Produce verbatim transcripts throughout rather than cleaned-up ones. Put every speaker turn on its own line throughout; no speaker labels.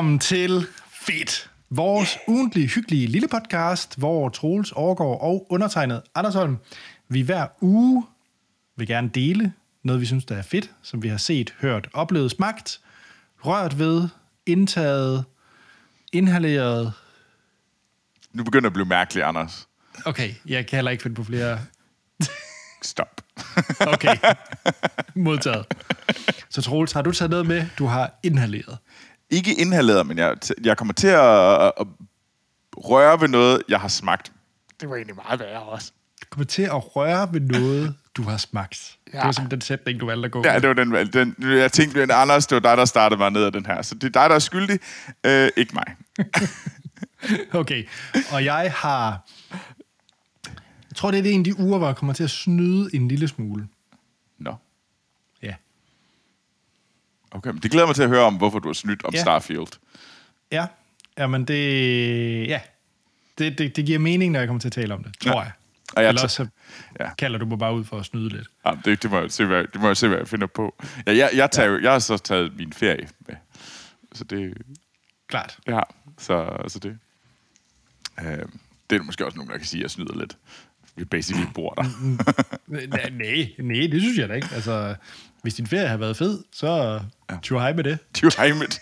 Velkommen til Fedt, vores ugentlige, hyggelige lille podcast, hvor Troels Overgaard og undertegnet Anders Holm, vi hver uge vil gerne dele noget, vi synes, der er fedt, som vi har set, hørt, oplevet, smagt, rørt ved, indtaget, inhaleret.
Nu begynder det at blive mærkeligt, Anders.
Okay, jeg kan heller ikke finde på flere.
Stop.
Okay, modtaget. Så Troels, har du taget noget med, du har inhaleret?
Ikke inhaleret, men jeg, jeg kommer til at, at røre ved noget, jeg har smagt. Det var egentlig meget værre også.
Du kommer til at røre ved noget, du har smagt. Ja. Det var simpelthen den sætning, du valgte at gå
Ja,
med.
det var den, den jeg tænkte, at Anders, det var dig, der startede mig ned af den her. Så det er dig, der er skyldig, øh, ikke mig.
Okay, og jeg har... Jeg tror, det er en af de uger, hvor jeg kommer til at snyde en lille smule.
Nå.
Ja.
Okay, men det glæder mig til at høre om, hvorfor du har snydt om
Ja.
Starfield.
Ja, jamen det... Ja, det, det, det giver mening, når jeg kommer til at tale om det, tror
Ja.
jeg.
Og jeg
Eller
t-
også så
ja.
kalder du mig bare ud for at snyde lidt.
Ja, det, det, må jeg se, hvad, det må jeg se, hvad jeg finder på. Ja, jeg, jeg, tager, ja. jeg har så taget min ferie med. Så det...
Klart.
Ja, så, så det... Øh, det er måske også nogen, der kan sige, at jeg snyder lidt. Vi basically bor der.
nej, nej, nej, det synes jeg da ikke. Altså, hvis din ferie har været fed, så
Ja.
tjo hej med det.
Tjuvheimet.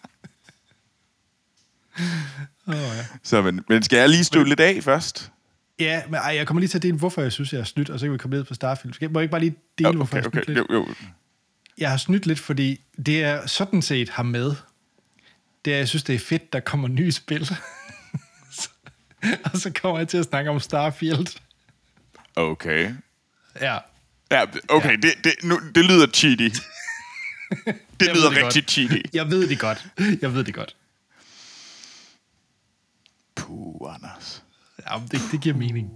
Oh, ja.
Så, men, men skal jeg lige stå lidt af først?
Ja, men ej, jeg kommer lige til at dele, hvorfor jeg synes, jeg har snydt, og så kan vi komme ned på Starfield. Skal jeg, må jeg ikke bare lige dele,
Okay,
hvorfor jeg har
okay,
snydt lidt?
jo, jo.
Jeg har snydt lidt, fordi det er sådan set har med. Det er, jeg synes, det er fedt, der kommer nye spil. Og så kommer jeg til at snakke om Starfield.
Okay.
Ja.
Ja, okay,
Ja.
Det, det, nu, det lyder cheaty. Det
Jeg
lyder
ved det
rigtig
godt.
cheaty.
Jeg ved det godt. Jeg ved det godt.
Puh, Anders.
Ja, det, det giver mening.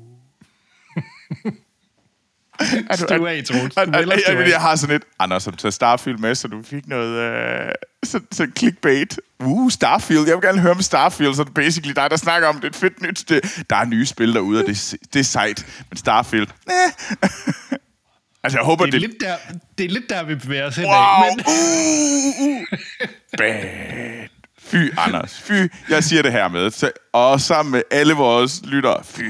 Er du-
Stå af, Troels. Du
er-
må ellers
er-
stå
jeg,
af.
jeg har sådan et, Anders, som tager Starfield med, så du fik noget øh, så, så clickbait. Uh, Starfield. Jeg vil gerne høre om Starfield, så er det basically dig, der snakker om det. Et fedt nyt. Det, der er nye spil derude, og det, det er sejt. Men Starfield, eh. Altså, jeg håber,
Det er,
det...
lidt der, det er lidt der, vi bevæger os hen
Wow!
af. Men...
Uh, uh. Bad. Fy, Anders. Fy. Jeg siger det her med. Så, og sammen med alle vores lyttere. Fy.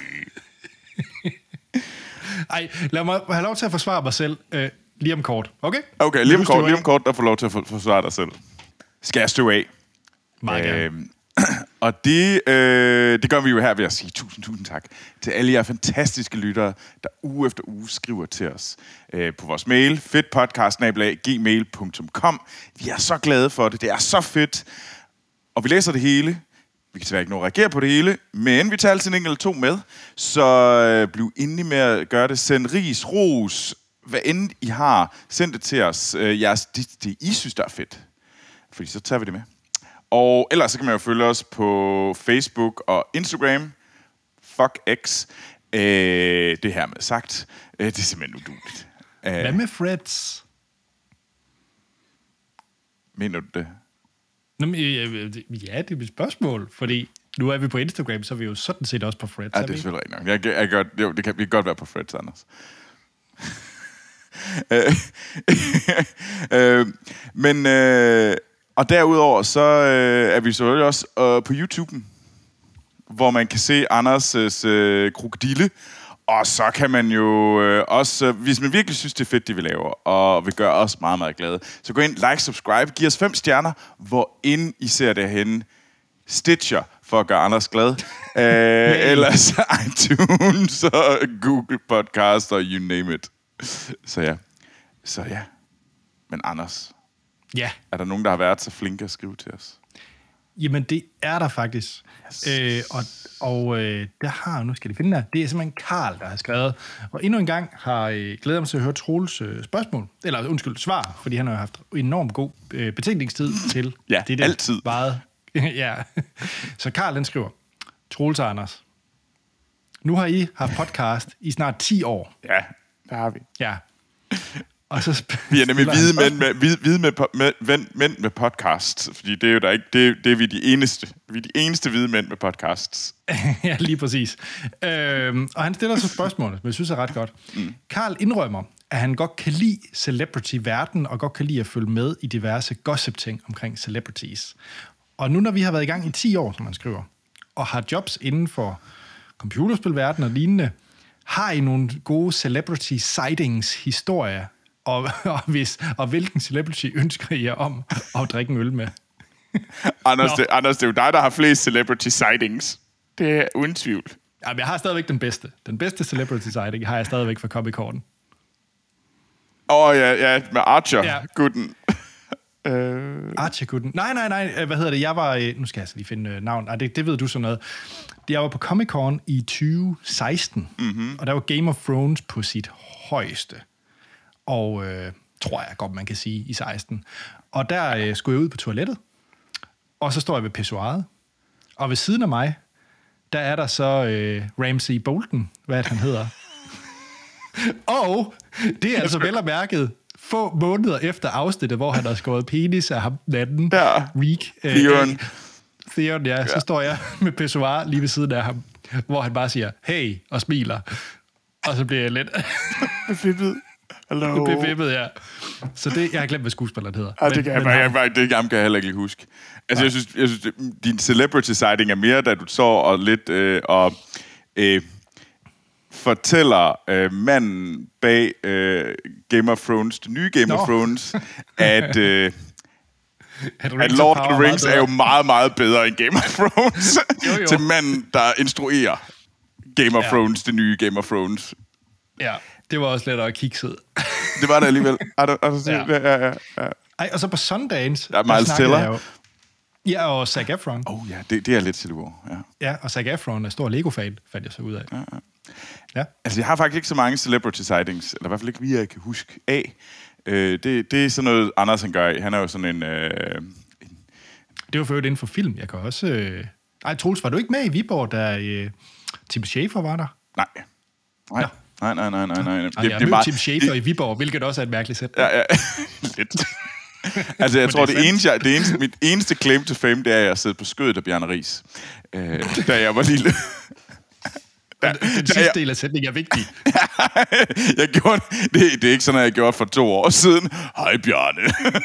Ej, lad mig have lov til at forsvare mig selv øh, lige om kort, okay?
Okay,
Vil
lige
du
om
stå
kort,
af?
lige om kort, der får lov til at for- forsvare dig selv. Skal jeg stå af?
Meget gerne.
Øhm, og det, øh, det gør vi jo her ved at sige tusind, tusind tak til alle jer fantastiske lyttere, der uge efter uge skriver til os øh, på vores mail, fedtpodcast snabel-a gmail punktum com. Vi er så glade for det. Det er så fedt. Og vi læser det hele. Vi kan desværre ikke nå at reagere på det hele, men vi tager altid en enkelt eller to med. Så øh, bliv endelig med at gøre det. Send ris, ros, hvad end I har. Send det til os. Øh, jeres, det, det, I synes, der er fedt. Fordi så tager vi det med. Og ellers så kan man jo følge os på Facebook og Instagram. Fuck X. Øh, det her med sagt. Øh, det er simpelthen uduligt. Øh,
Hvad med Freds?
mener du det?
Nå, men, øh, øh, ja, det er et spørgsmål, fordi nu er vi på Instagram, så er vi jo sådan set også på Freds.
Ja, det er selvfølgelig rigtigt nok. Jeg, jeg, jeg, jeg, jo, det kan, vi kan godt være på Freds, Anders. øh, men, øh, og derudover, så øh, er vi selvfølgelig også øh, på YouTube'en, hvor man kan se Anders' øh, krokodille. Og så kan man jo øh, også, øh, hvis man virkelig synes, det er fedt, det vi laver, og vil gøre os meget, meget glade, så gå ind, like, subscribe, giv os fem stjerner, hvor end I ser det henne. Stitcher, for at gøre Anders glad. øh, ellers iTunes og Google Podcast og you name it. Så ja. Så ja. Men Anders,
Ja,
er der nogen, der har været så flinke at skrive til os?
jamen det er der faktisk.
Yes.
Øh, og og øh, der har, nu skal de finde der, det er simpelthen Karl, der har skrevet. Og endnu en gang har øh, glædet mig til at høre Troels øh, spørgsmål, eller undskyld, svar, fordi han har haft enormt god øh, betænkningstid til
Ja,
det. Der
altid.
Meget. Ja. Så Karl, den skriver, Troels og Anders, nu har I haft podcast i snart ti år.
Ja, der har vi.
Ja. Og så sp-
Vi er nemlig
spiller han
hvide mænd
spørgsmål.
med, hvide, hvide med, po- med, mænd, mænd med podcast, fordi det er jo der ikke, det, det er vi de eneste. Vi er de eneste hvide mænd med podcasts.
Ja, lige præcis. Øhm, og han stiller så spørgsmålet, som jeg synes er ret godt. Mm. Karl indrømmer, at han godt kan lide celebrity-verden, og godt kan lide at følge med i diverse gossip-ting omkring celebrities. Og nu, når vi har været i gang i ti år, som man skriver, og har jobs inden for computerspilverden og lignende, har I nogle gode celebrity sightings historier, og, og, hvis, og hvilken celebrity ønsker I jer om at drikke en øl med?
Anders, det, Anders, det er jo dig, der har flest celebrity sightings. Det er uden tvivl.
Jamen, jeg har stadigvæk den bedste. Den bedste celebrity sighting har jeg stadigvæk fra Comic-Con.
Åh, oh, ja, ja, med Archer,
ja.
Gooden.
uh... Archer Gooden. Nej, nej, nej, hvad hedder det? Jeg var... Nu skal jeg altså lige finde navn. Ej, det, det ved du sådan noget. Jeg var på Comic-Con i tyve seksten, mm-hmm. og der var Game of Thrones på sit højeste. Og øh, tror jeg godt, man kan sige, i seksten. Og der øh, skulle jeg ud på toilettet, og så står jeg ved pissoiret. Og ved siden af mig, der er der så øh, Ramsay Bolton, hvad han hedder. Og det er altså vel og mærket få måneder efter afsnittet, hvor han har skåret penis af ham den anden
ja.
week.
Theon.
Theon, ja. Så ja. står jeg med pissoir lige ved siden af ham, hvor han bare siger, hey, og smiler. Og så bliver jeg lidt...
Befippet. Hallo.
Befippet, ja. Så det, jeg har glemt, hvad skuespilleren hedder.
Ja, det kan men, jeg, jeg, det kan jeg heller ikke lige huske. Altså, jeg synes, jeg synes, din celebrity sighting er mere, da du så og lidt øh, og øh, fortæller øh, manden bag øh, Game of Thrones, det nye Game no. of Thrones, at, øh, at Lord of the Rings er jo meget, meget bedre end Game of Thrones. jo, jo. Til manden, der instruerer Game of ja. Thrones, det nye Game of Thrones.
Ja, det var også lettere kikset.
Det var det alligevel. Er du, er du, ja. Ja, ja, ja.
Ej, og så på Sundance...
Der er Miles Teller.
Ja, og Zac Efron.
Oh ja, det, det er lidt til det ja.
Ja, og Zac Efron er stor Lego-fan, fandt jeg så ud af. Ja, ja.
Ja. Altså, jeg har faktisk ikke så mange celebrity sightings, eller i hvert fald ikke, vi jeg kan huske af. Øh, det, det er sådan noget, Anders han gør. Han er jo sådan en... Øh, en...
Det var for øvrigt inden for film. Jeg kan også... Øh... Ej, Troels, var du ikke med i Viborg, da øh, Tim Schafer var der?
Nej. Nej. Ja. Nej, nej, nej, nej, nej.
Det, jeg har mødt meget... Tim Schafer i Viborg, hvilket også er et mærkeligt sæt.
Ja, ja. Lidt. Altså, jeg tror, det, det, eneste, jeg, det eneste, mit eneste claim to fame, det er, at jeg sidder på skødet af Bjarne Riis, øh, da jeg var lille.
Da, den sidste jeg... del af sætningen er vigtig.
jeg gjorde det, det er ikke sådan, at jeg gjorde for to år siden. Hej, Bjarne.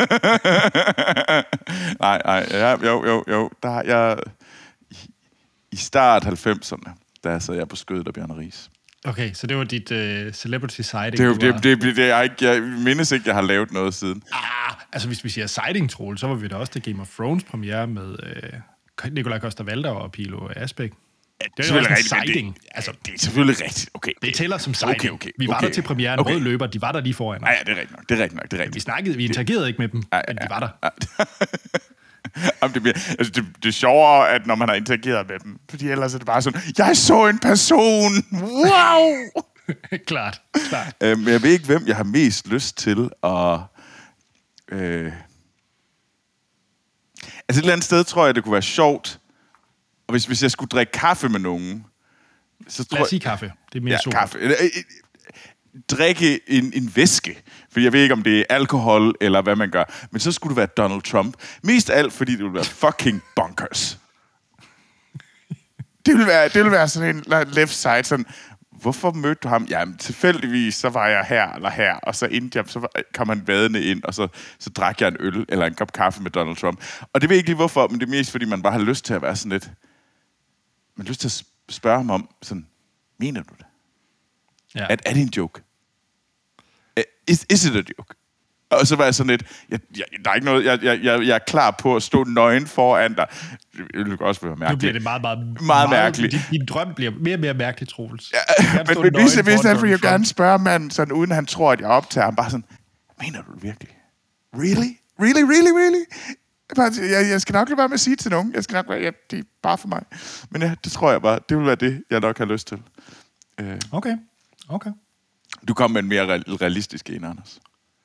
nej, nej, ja, jo, jo, jo. Der har jeg... I, i start halvfemserne, der sad jeg på skødet af Bjarne Riis.
Okay, så det var dit uh, celebrity sighting?
Det, det, det, det, det er ikke, jeg mindes ikke, jeg har lavet noget siden.
Ah, altså hvis vi siger sighting, Troel, så var vi da også til Game of Thrones premiere med uh, Nikolaj Coster-Waldau og Pilo Asbæk.
Ja, det er selvfølgelig rigtigt.
Sighting.
Det, altså, det er selvfølgelig rigtigt. Okay, okay.
Det tæller som sighting. Okay, okay, vi var
okay,
der til premieren, okay. Rød løber, de var der lige foran os.
Ja, ja, det er rigtigt nok. Det er rigtigt nok. Det er rigtigt.
Vi snakkede, vi interagerede ikke med dem, ja, ja, men de var der. Ja.
Jamen, det, bliver, altså det, det er sjovere, at når man har interageret med dem. Fordi ellers er det bare sådan, jeg så en person! Wow!
klart, klart.
Øhm, jeg ved ikke, hvem jeg har mest lyst til at... Øh... Altså et eller andet sted tror jeg, det kunne være sjovt. Og hvis, hvis jeg skulle drikke kaffe med nogen... Så tror
Lad os sige kaffe. Det er mere
ja,
super.
Kaffe. Drikke en, en væske. For jeg ved ikke, om det er alkohol, eller hvad man gør. Men så skulle det være Donald Trump. Mest af alt, fordi det ville være fucking bonkers. Det ville være, det ville være sådan en left side, sådan... Hvorfor mødte du ham? Jamen, tilfældigvis, så var jeg her eller her, og så endte jeg, så kom han vadende ind, og så, så drak jeg en øl eller en kop kaffe med Donald Trump. Og det ved jeg ikke lige hvorfor, men det er mest, fordi man bare har lyst til at være sådan lidt... Man har lyst til at spørge ham om, sådan, mener du det? Ja. Er, er det en joke? Is, is it a joke? Og så var jeg sådan lidt, jeg, jeg, der er ikke noget, jeg, jeg, jeg er klar på at stå nøgen foran dig. Det ville også være mærkeligt.
Nu bliver det meget, meget, meget,
meget mærkeligt.
Din, din drøm bliver mere og mere mærkeligt, Troels.
Ja, men men hvis jeg vil jo gerne spørge manden, sådan, uden han tror, at jeg optager ham, bare sådan, mener du det virkelig? Really? Really, really, really? Jeg, jeg skal nok lade være med at sige til nogen. Jeg skal nok være, ja, det er bare for mig. Men ja, det tror jeg bare, det vil være det, jeg nok har lyst til. Uh,
okay, okay.
Du kom med en mere realistisk en, Anders.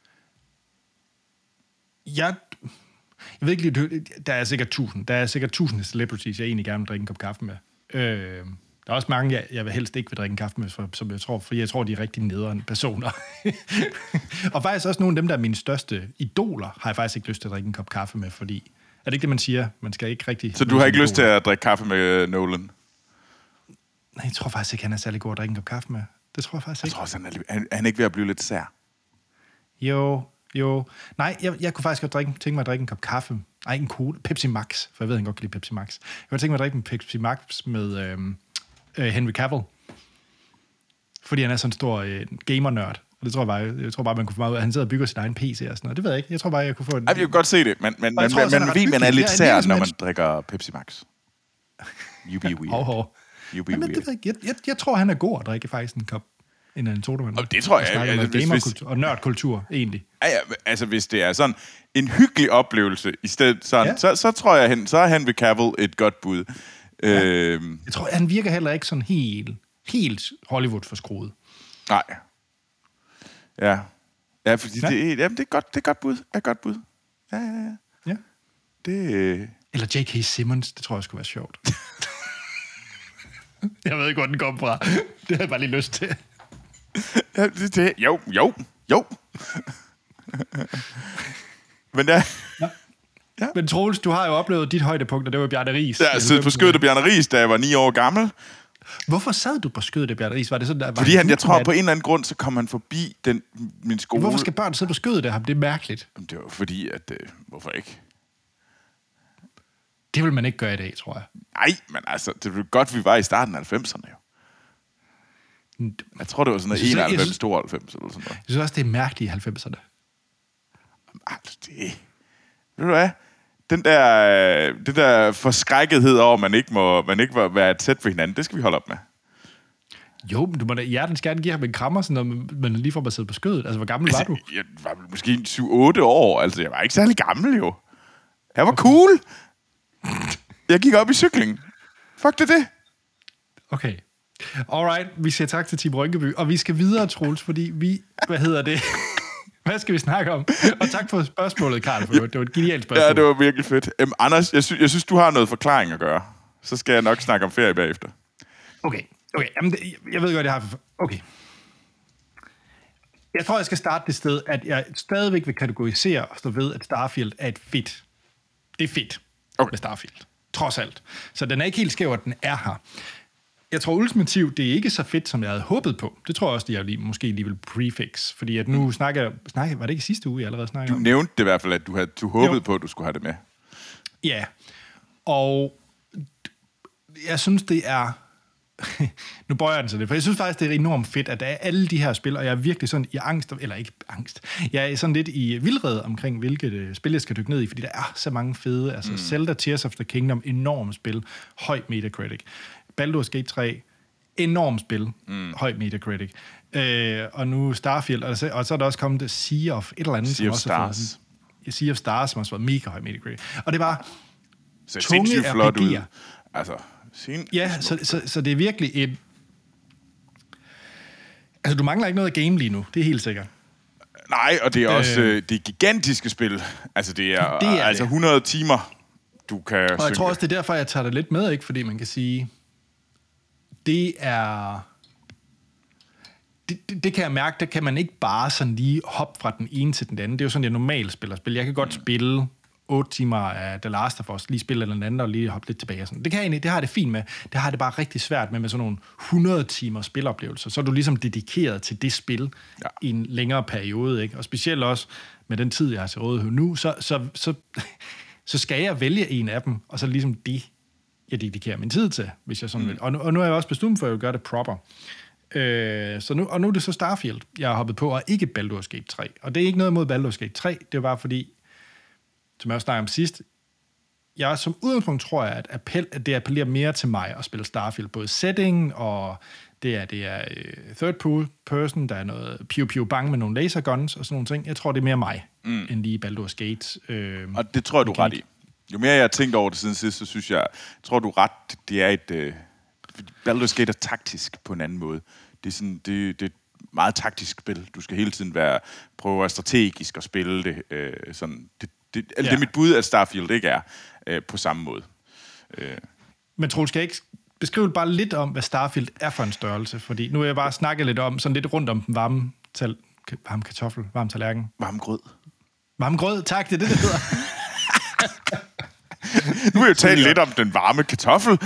Jeg, jeg ved ikke lige, der er sikkert tusind. Der er sikkert tusind celebrities, jeg egentlig gerne vil drikke en kop kaffe med. Øh, der er også mange, jeg, jeg vil helst ikke vil drikke en kaffe med, for, som jeg tror, fordi jeg tror, de er rigtig nederen personer. Og faktisk også nogle af dem, der er mine største idoler, har jeg faktisk ikke lyst til at drikke en kop kaffe med, fordi... Er det ikke det, man siger? Man skal ikke rigtig...
Så du har ikke lyst til at drikke kaffe med Nolan?
Nej, jeg tror faktisk ikke, han er særlig god at drikke en kop kaffe med. Det tror jeg faktisk ikke.
Jeg tror også, han er, han, han er ikke ved at blive lidt sær.
Jo, Jo. Nej, jeg, jeg kunne faktisk godt drikke, tænke mig at drikke en kop kaffe. Nej, ikke en cola. Pepsi Max, for jeg ved, han godt kan lide Pepsi Max. Jeg kunne tænke mig at drikke en Pepsi Max med øhm, øh, Henry Cavill. Fordi han er sådan en stor øh, gamer-nørd. Og det tror jeg bare, jeg tror bare, man kunne få meget ud af. Han sidder og bygger sin egen P C og sådan noget. Det ved jeg ikke. Jeg tror bare, jeg kunne få en...
Ej, jeg kan godt se det, men, men, men,
tror,
men man ved, man er lidt sær, når man
menneske.
drikker Pepsi Max. You be weird.
Hov, hov.
You be
Men det
weird.
ved jeg, ikke. jeg, jeg, jeg tror, han er god at drikke faktisk en kop en en sodavand.
Og det tror jeg,
Og snakke
altså,
om
hvis-
gamerkultur og nørdkultur, egentlig.
Ja, ja, altså hvis det er sådan en hyggelig oplevelse, i stedet sådan,
Ja.
så, så tror jeg, han, så er Henry Cavill et godt bud. Ja. Øhm,
Jeg tror, han virker heller ikke sådan helt, helt Hollywood-forskruet.
nej. Ja. Ja, fordi
Ja.
ja. Det, jamen, det, er godt, det er godt bud. Det er godt bud. Ja, ja, ja.
Ja.
Det, øh,
Eller J K. Simmons, det tror jeg skulle være sjovt. Jeg ved ikke, hvor den kom fra. Det havde jeg bare lige lyst til.
ja, det, det jo, jo, jo. Men ja,
Men Troels, du har jo oplevet dit højdepunkt, og det var Bjarne Riis.
jeg sidder på skødet af Bjarne Riis, da jeg var ni år gammel.
Hvorfor sad du på skødet af Bjarne Riis? Var det sådan, der, var
Fordi
det
han, jeg tror,
uformat?
på en eller anden grund, så kom han forbi den, min skole.
Hvorfor skal børn sidde på skødet af ham? Det er mærkeligt.
Jamen, det var fordi, at... Øh, hvorfor ikke?
Det vil man ikke gøre i dag, tror jeg.
Nej, men altså, det var godt, vi var i starten af halvfemserne jo. Jeg tror, det var sådan
Jeg synes,
noget
jeg
enoghalvfems,
synes-
tooghalvfems eller sådan noget.
Jeg synes også, det er mærkeligt i halvfemserne.
Altså, det... Ved du hvad? Den der, øh, det der forskrækkethed over, at man ikke må, man ikke må være tæt på hinanden, det skal vi holde op med.
Jo, men du må da hjertens gerne give ham en krammer, sådan noget, men lige får man sidde på skødet. Altså, hvor gammel var du?
Jeg var vel måske syv otte år, altså jeg var ikke særlig gammel jo. Jeg var cool. Jeg gik op i cykling. Fuck det det.
Okay. Alright, vi siger tak til Team Rynkeby, og vi skal videre, Troels, fordi vi... Hvad hedder det? Hvad skal vi snakke om? Og tak for spørgsmålet, Karl, for det var et genialt spørgsmål.
Ja, det var virkelig fedt. Æm, Anders, jeg, sy- jeg synes, du har noget forklaring at gøre. Så skal jeg nok snakke om ferie bagefter.
Okay, okay. Jamen, det, jeg ved godt, jeg har... Okay. Jeg tror, jeg skal starte det sted, at jeg stadigvæk vil kategorisere og stå ved, at Starfield er et fedt. Det er fedt
Okay.
med Starfield. Trods alt. Så den er ikke helt skæv, at den er her. Jeg tror ultimativt, det er ikke så fedt, som jeg havde håbet på. Det tror jeg også, at jeg lige, måske lige vil prefix. Fordi at nu snakker jeg... Snakker, var det ikke sidste uge, jeg allerede snakkede
Du
om?
nævnte det i hvert fald, at du, havde, du håbede
Jo.
på, at du skulle have det med.
Ja, og jeg synes, det er... nu bøjer jeg den så lidt, for jeg synes faktisk, det er enormt fedt, at der er alle de her spil, og jeg er virkelig sådan i angst, eller ikke angst, jeg er sådan lidt i vildrede omkring, hvilket øh, spil, jeg skal dykke ned i, fordi der er så mange fede, altså mm. Zelda Tears of the Kingdom, enormt spil, høj Metacritic. Baldur's Gate tre, enormt spil, mm. høj Metacritic. Øh, og nu Starfield, og så, og så er der også kommet det Sea of et eller andet,
Sea of
som også har fået
Stars.
sådan- Sea of Stars, som også var mega høj Metacritic. Og det var
Så
tunge
sindssygt flot
R P G'er.
ud. Altså, sin...
Ja, så, så, så det er virkelig et... Altså, du mangler ikke noget af game lige nu, det er helt sikkert.
Nej, og det er også
Øh.
øh, det er gigantiske spil. Altså, det er,
Det er
altså
det.
hundrede timer, du kan
Og jeg
synke.
tror også, det er derfor, jeg tager det lidt med, ikke? Fordi man kan sige, det er... Det, det, det kan jeg mærke, der kan man ikke bare sådan lige hoppe fra den ene til den anden. Det er jo sådan, jeg normalt spiller spil. Jeg kan godt spille otte timer af The Last of Us, lige spille den anden og lige hoppe lidt tilbage. Og sådan. Det kan jeg egentlig, det har jeg det fint med. Det har jeg det bare rigtig svært med, med sådan nogle hundrede timer spiloplevelser. Så er du ligesom dedikeret til det spil
Ja.
i en længere periode, ikke? Og specielt også med den tid, jeg har til rådighed nu, så, så, så, så skal jeg vælge en af dem, og så ligesom det, jeg dedikerer min tid til, hvis jeg sådan mm. vil. Og nu, og nu er jeg også besluttet for, at jeg vil gøre det proper. Øh, så nu, og nu er det så Starfield, jeg har hoppet på, og ikke Baldur's Gate tre. Og det er ikke noget mod Baldur's Gate tre, det er bare fordi, som jeg også snakkede om sidst, jeg som udgangspunkt tror jeg, at, appel, at det appellerer mere til mig at spille Starfield. Både setting, og det er, det er uh, third person, der er noget pew-pew-bang med nogle laserguns og sådan nogle ting. Jeg tror, det er mere mig, mm. end lige Baldur's Gate. Øh,
Og det tror jeg, du er ret i. Jo mere jeg har tænkt over det siden sidst, så synes jeg, tror du er ret, det er et... Øh, Baldur's Gate er taktisk på en anden måde. Det er, sådan, det, det er et meget taktisk spil. Du skal hele tiden være, prøve at være strategisk og spille det. Øh, sådan. Det, det, altså,
Ja.
det er mit bud, at Starfield ikke er øh, på samme måde. Øh.
Men Troels, skal jeg ikke beskrive bare lidt om, hvad Starfield er for en størrelse? Fordi nu har jeg bare snakket lidt om, sådan lidt rundt om den varme, tal, varme kartoffel, varme tallerken.
Varm grød.
Varme grød, tak, det er det, det hedder.
Nu vil jeg tale lidt om den varme kartoffel.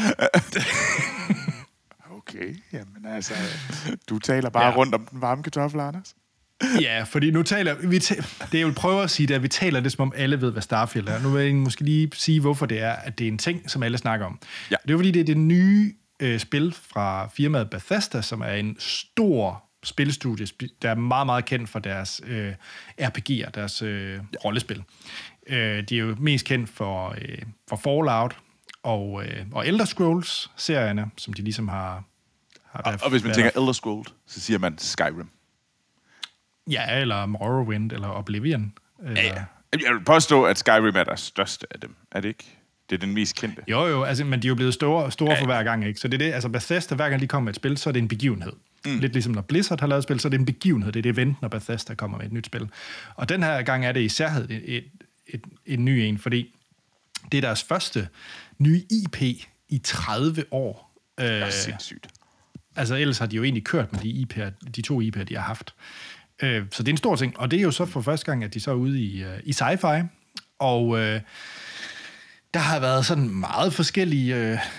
Okay, jamen altså, du taler bare
Ja.
ja. rundt om den varme kartoffel, Anders.
Ja, fordi nu taler vi... Ta- det jeg vil prøve at sige, det er, at vi taler det, som om alle ved, hvad Starfield er. Nu vil jeg måske lige sige, hvorfor det er, at det er en ting, som alle snakker om.
Ja.
Det er fordi, det er det nye øh, spil fra firmaet Bethesda, som er en stor spilstudie, der er meget, meget kendt for deres øh, R P G'er, deres øh, ja. rollespil. Øh, de er jo mest kendt for, øh, for Fallout og, øh, og Elder Scrolls-serierne, som de ligesom har... har
og, og hvis man tænker Elder Scrolls, så siger man Skyrim.
Ja, eller Morrowind, eller Oblivion. Eller...
Ja, ja. Jeg vil påstå, at Skyrim er der største af dem. Er det ikke? Det er den mest kendte.
Jo, jo, altså, men de er jo blevet store, store
ja.
for hver gang, ikke? Så det er det, altså Bethesda, hver gang de kommer med et spil, så er det en begivenhed. Mm. Lidt ligesom når Blizzard har lavet et spil, så er det en begivenhed. Det er det event, når Bethesda kommer med et nyt spil. Og den her gang er det især et, et, et, et, et ny en, fordi det er deres første nye I P i tredive år.
Det er sindssygt.
Altså ellers har de jo egentlig kørt med de, I P'er, de to I P'er, de har haft. Øh, så det er en stor ting. Og det er jo så for første gang, at de så er ude i, uh, i sci-fi. Og uh, der har været sådan meget forskellige... Uh,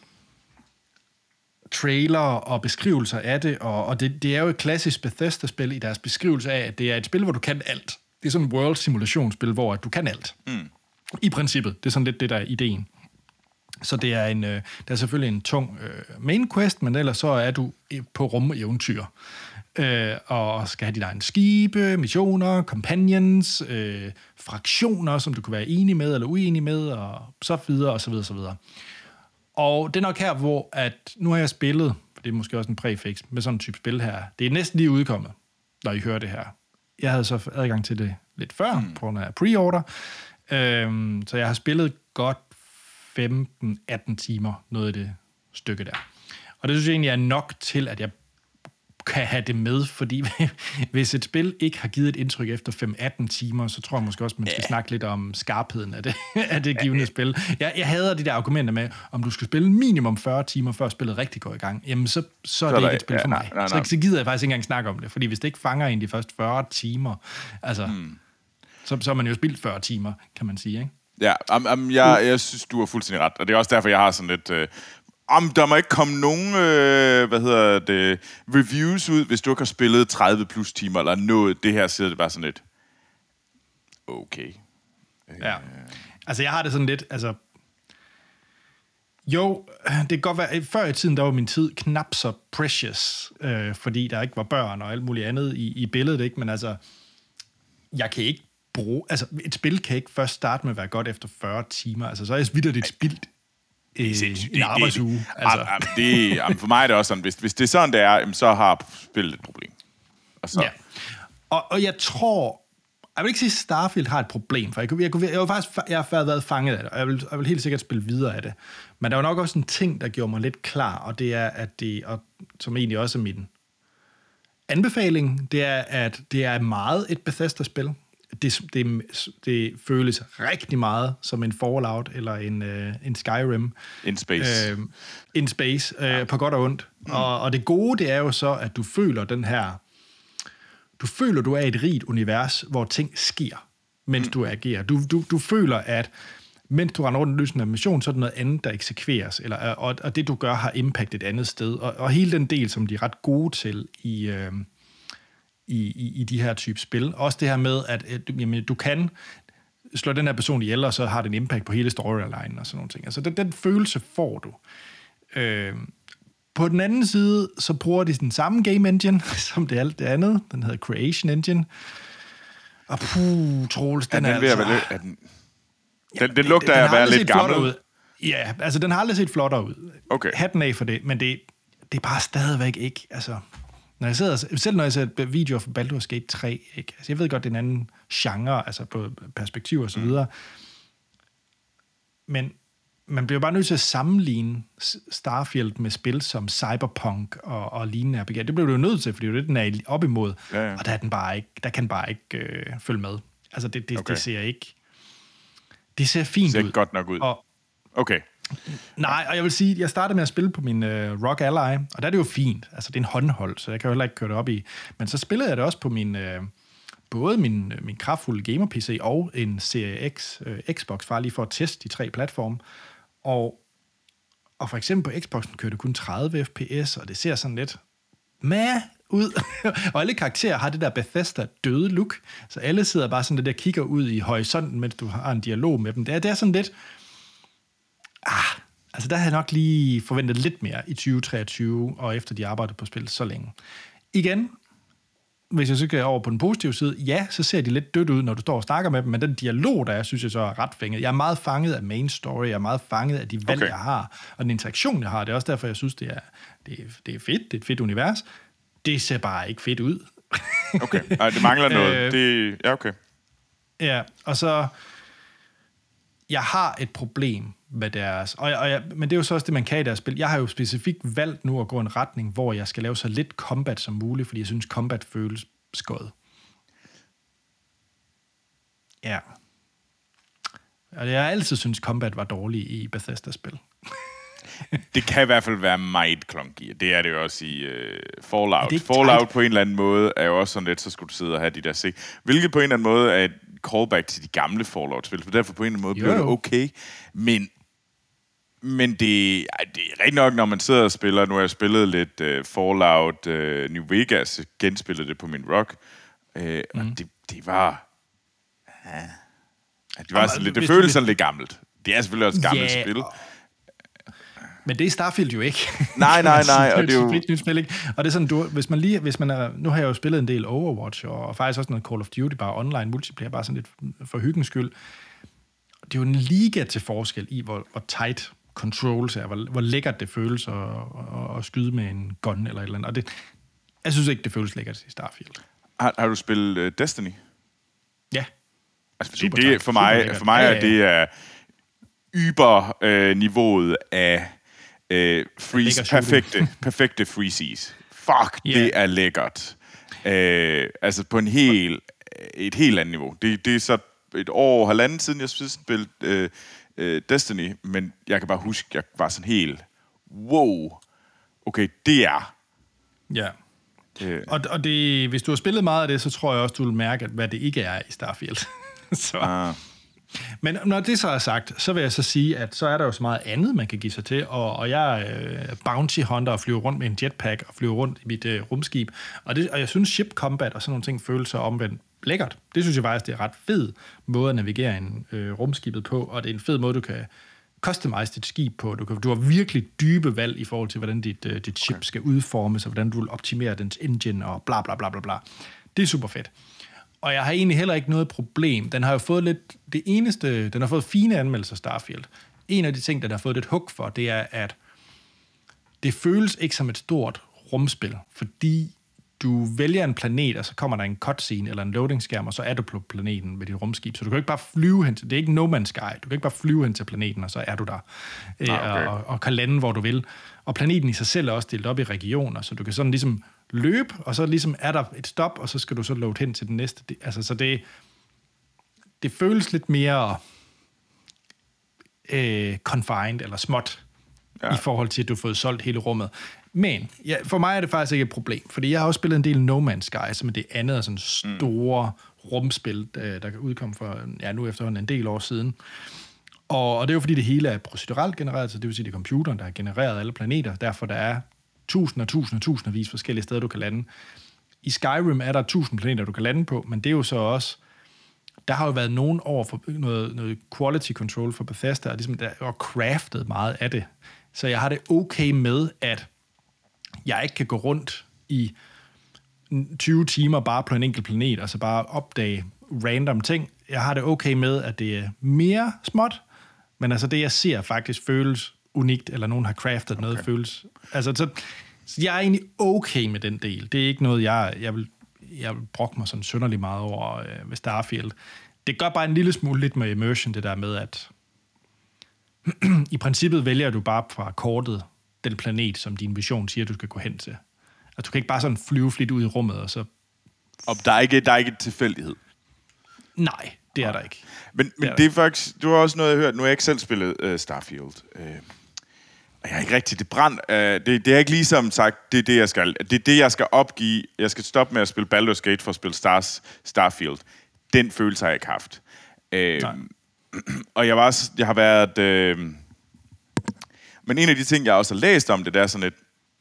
trailer og beskrivelser af det, og, og det, det er jo et klassisk Bethesda-spil i deres beskrivelse af, at det er et spil, hvor du kan alt. Det er sådan et world-simulationsspil, hvor du kan alt. Mm. I princippet. Det er sådan lidt det, der er ideen. Så det er en, øh, der er selvfølgelig en tung øh, main quest, men ellers så er du på rumeventyr. Øh, og skal have dine egne skibe, missioner, companions, øh, fraktioner, som du kan være enig med eller uenig med, og så videre, og så videre, og så videre. Og det er nok her, hvor at nu har jeg spillet, for det er måske også en præfix med sådan en type spil her. Det er næsten lige udkommet, når I hører det her. Jeg havde så adgang til det lidt før, mm. på grund af pre-order. Øhm, så jeg har spillet godt femten atten timer, noget af det stykke der. Og det synes jeg egentlig er nok til, at jeg kan have det med, fordi hvis et spil ikke har givet et indtryk efter fem atten timer, så tror jeg måske også, man skal ja. snakke lidt om skarpheden af det, af det givende ja, ja. spil. Jeg, jeg hader de der argumenter med, om du skal spille minimum fyrre timer, før spillet rigtig går i gang, jamen så, så er så det ikke et spil ja, for mig. Nej, nej, nej. Så, så gider jeg faktisk ikke engang snakke om det, fordi hvis det ikke fanger en de første fyrre timer, altså, hmm. så, så er man jo spildt fyrre timer, kan man sige, ikke?
Ja, um, um, jeg, jeg synes, du har fuldstændig ret, og det er også derfor, jeg har sådan lidt... Øh, Om der må ikke komme nogen, øh, hvad hedder det, reviews ud, hvis du ikke har spillet tredive plus timer, eller noget. Det her sidder det bare sådan lidt, okay.
Ja, altså jeg har det sådan lidt, altså, jo, det kan godt være, før i tiden, der var min tid knap så precious, øh, fordi der ikke var børn og alt muligt andet i, i billedet, ikke? Men altså, jeg kan ikke bruge, altså et spil kan ikke først starte med at være godt efter fyrre timer, altså så er jeg videre det spildt.
Det er
en arbejdsuge.
Det, altså. det, det, for mig er det også sådan, hvis, hvis det er sådan, det er, så har spillet et problem. Og, så.
Ja. og, og jeg tror, jeg vil ikke sige, at Starfield har et problem, for jeg, kunne, jeg, kunne, jeg, var faktisk, jeg har været fanget af det, og jeg vil, jeg vil helt sikkert spille videre af det. Men der var nok også en ting, der gjorde mig lidt klar, og det er, at det, og, som egentlig også er min anbefaling, det er, at det er meget et Bethesda-spil. Det, det, det føles rigtig meget som en Fallout eller en, uh, en Skyrim.
In space.
Uh, in space, uh, ja. På godt og ondt. Mm. Og, og det gode, det er jo så, at du føler den her... Du føler, du er i et rigt univers, hvor ting sker, mens mm. du agerer. Du, du, du føler, at mens du render rundt og løser en mission, så er det noget andet, der eksekveres. Eller, og, og det, du gør, har impact et andet sted. Og, og hele den del, som de er ret gode til i... Uh, I, i, i de her type spil. Også det her med, at, at jamen, du kan slå den her person ihjel, og så har det en impact på hele storyline og sådan nogle ting. Altså, den, den følelse får du. Øh, på den anden side, så bruger de den samme game engine, som det alt det andet. Den hedder Creation Engine. Og puh, Troels, den,
ja,
den
er altså... Lidt, den, den, den, den lugter af at være lidt gammel. Ud.
Ja, altså, den har aldrig set flottere ud.
Okay.
Hatten af for det, men det, det er bare stadigvæk ikke, altså... Når jeg sidder, selv når jeg ser videoer fra Baldur's Gate tre, ikke? Altså, jeg ved godt, det er en anden genre, altså på perspektiv og så videre. Mm. Men man bliver bare nødt til at sammenligne Starfield med spil som Cyberpunk og, og lignende R P G. Det bliver du jo nødt til, fordi det er det, den er op imod. Ja, ja. Og der, er den bare ikke, der kan den bare ikke øh, følge med. Altså, det, det, okay. det ser ikke... Det ser fint ud.
Det ser ud. Godt nok ud.
Og,
okay.
Nej, og jeg vil sige, at jeg startede med at spille på min uh, Rock Ally, og der er det jo fint. Altså, det er en håndhold, så jeg kan jo heller ikke køre det op i. Men så spillede jeg det også på min, uh, både min, min kraftfulde gamer-P C og en Serie X uh, Xbox, bare lige for at teste de tre platforme. Og, og for eksempel på Xboxen kører det kun tredive F P S, og det ser sådan lidt med ud. Og alle karakterer har det der Bethesda døde look. Så alle sidder bare sådan der, der kigger ud i horisonten, mens du har en dialog med dem. Det er, det er sådan lidt... Ah, altså der havde jeg nok lige forventet lidt mere i tyve treogtyve, og efter de arbejdede på spil så længe. Igen, hvis jeg så går over på den positive side, ja, så ser de lidt dødt ud, når du står og snakker med dem, men den dialog, der er, synes jeg så er ret fænget. Jeg er meget fanget af main story, jeg er meget fanget af de valg, okay. jeg har, og den interaktion, jeg har. Det er også derfor, jeg synes, det er, det er, det er fedt, det er et fedt univers. Det ser bare ikke fedt ud.
Okay, nej, det mangler noget. Det, ja, okay.
Ja, og så... Jeg har et problem med deres... Og jeg, og jeg, men det er jo så også det, man kan i deres spil. Jeg har jo specifikt valgt nu at gå en retning, hvor jeg skal lave så lidt combat som muligt, fordi jeg synes, combat føles skød. Ja. Og jeg har altid synes combat var dårlig i Bethesda-spil.
Det kan i hvert fald være meget clunky. Det er det jo også i uh, Fallout. Fallout tight? På en eller anden måde er jo også sådan lidt, så skulle du sidde og have de der sig. Hvilket på en eller anden måde er et callback til de gamle Fallout-spil, for derfor på en eller anden måde jo. Bliver det okay. Men, men det, ej, det er rigtig nok, når man sidder og spiller. Nu har jeg spillet lidt uh, Fallout uh, New Vegas, genspillet det på min rock. Uh, mm. Og det, det var... Uh, det var sådan lidt, det føles sådan lidt gammelt. Det er selvfølgelig også et gammelt yeah. spil.
Men det er Starfield jo ikke.
Nej, nej, nej. Og det er jo...
nyt spil, ikke? Og det er sådan, du, hvis man lige, hvis man er, nu har jeg jo spillet en del Overwatch, og faktisk også noget Call of Duty, bare online multiplayer, bare sådan lidt for hyggens skyld. Det er jo en liga til forskel i, hvor, hvor tight controls er, hvor, hvor lækkert det føles at, at, at skyde med en gun eller et eller andet. Og det, jeg synes ikke, det føles lækkert i Starfield.
Har, har du spillet uh, Destiny?
Ja.
Altså, fordi det, for mig, for mig er det er yber-niveauet af Uh, freeze, perfekte, perfekte freezes. Fuck, yeah. Det er lækkert. Uh, altså på en hel, et helt andet niveau. Det, det er så et år, halvanden siden, jeg spillede uh, uh, Destiny, men jeg kan bare huske, jeg var sådan helt, wow, okay, det er.
Ja. Uh. Og, og det, hvis du har spillet meget af det, så tror jeg også, du vil mærke, hvad det ikke er i Starfield. så... Uh. Men når det så er sagt, så vil jeg så sige, at så er der jo så meget andet, man kan give sig til, og, og jeg er øh, bounty hunter og flyver rundt med en jetpack og flyver rundt i mit øh, rumskib, og, det, og jeg synes ship combat og sådan nogle ting føles så omvendt lækkert. Det synes jeg faktisk, det er ret fed måde at navigere en øh, rumskibet på, og det er en fed måde, du kan customize dit skib på. Du, kan, du har virkelig dybe valg i forhold til, hvordan dit, øh, dit ship okay. skal udformes, og hvordan du vil optimere dens engine og bla bla bla bla bla. Det er super fedt. Og jeg har egentlig heller ikke noget problem. Den har jo fået lidt... Det eneste... Den har fået fine anmeldelser, Starfield. En af de ting, den har fået lidt hug for, det er, at det føles ikke som et stort rumspil, fordi du vælger en planet, og så kommer der en cutscene eller en loading-skærm, og så er du på planeten med dit rumskib. Så du kan ikke bare flyve hen til... Det er ikke No Man's Sky. Du kan ikke bare flyve hen til planeten, og så er du der. Ah, okay. og, og kan lande, hvor du vil. Og planeten i sig selv er også delt op i regioner, så du kan sådan ligesom løbe, og så ligesom er der et stop, og så skal du så load hen til den næste. Det, altså, så det, det føles lidt mere øh, confined, eller småt, ja. I forhold til, at du har fået solgt hele rummet. Men ja, for mig er det faktisk ikke et problem, fordi jeg har også spillet en del No Man's Sky, som er det andet af sådan store mm. rumspil, der, der kan udkomme for, ja, nu efterhånden en del år siden. Og, og det er jo fordi, det hele er proceduralt genereret, så det vil sige, det er computeren, der har genereret alle planeter, derfor der er tusinder, tusinder, tusindvis forskellige steder, du kan lande. I Skyrim er der tusind planeter, du kan lande på, men det er jo så også... Der har jo været nogen år for noget, noget quality control for Bethesda, og ligesom der er craftet meget af det. Så jeg har det okay med, at jeg ikke kan gå rundt i tyve timer bare på en enkelt planet, og så bare opdage random ting. Jeg har det okay med, at det er mere småt, men altså det, jeg ser, faktisk føles unikt, eller nogen har craftet okay. noget føles... Altså, så, så jeg er egentlig okay med den del. Det er ikke noget, jeg, jeg vil, jeg vil brokke mig sådan synderligt meget over øh, ved Starfield. Det gør bare en lille smule lidt med immersion, det der med, at i princippet vælger du bare fra kortet den planet, som din vision siger, du skal gå hen til. Altså, du kan ikke bare sådan flyve flit ud i rummet, og så...
Og der er ikke, der er ikke tilfældighed?
Nej, det er ja. der ikke.
Men, men det er, det er faktisk... Du har også noget, jeg har hørt. Nu har jeg ikke selv spillet uh, Starfield. Uh, og jeg er ikke rigtig... Det brand... Uh, det, det er ikke ligesom sagt, det er det, jeg skal... Det er det, jeg skal opgive. Jeg skal stoppe med at spille Baldur's Gate for at spille Stars, Starfield. Den følelse har jeg ikke haft. Uh, og jeg, var også, jeg har været... Uh, men en af de ting, jeg også har læst om det, der er sådan et...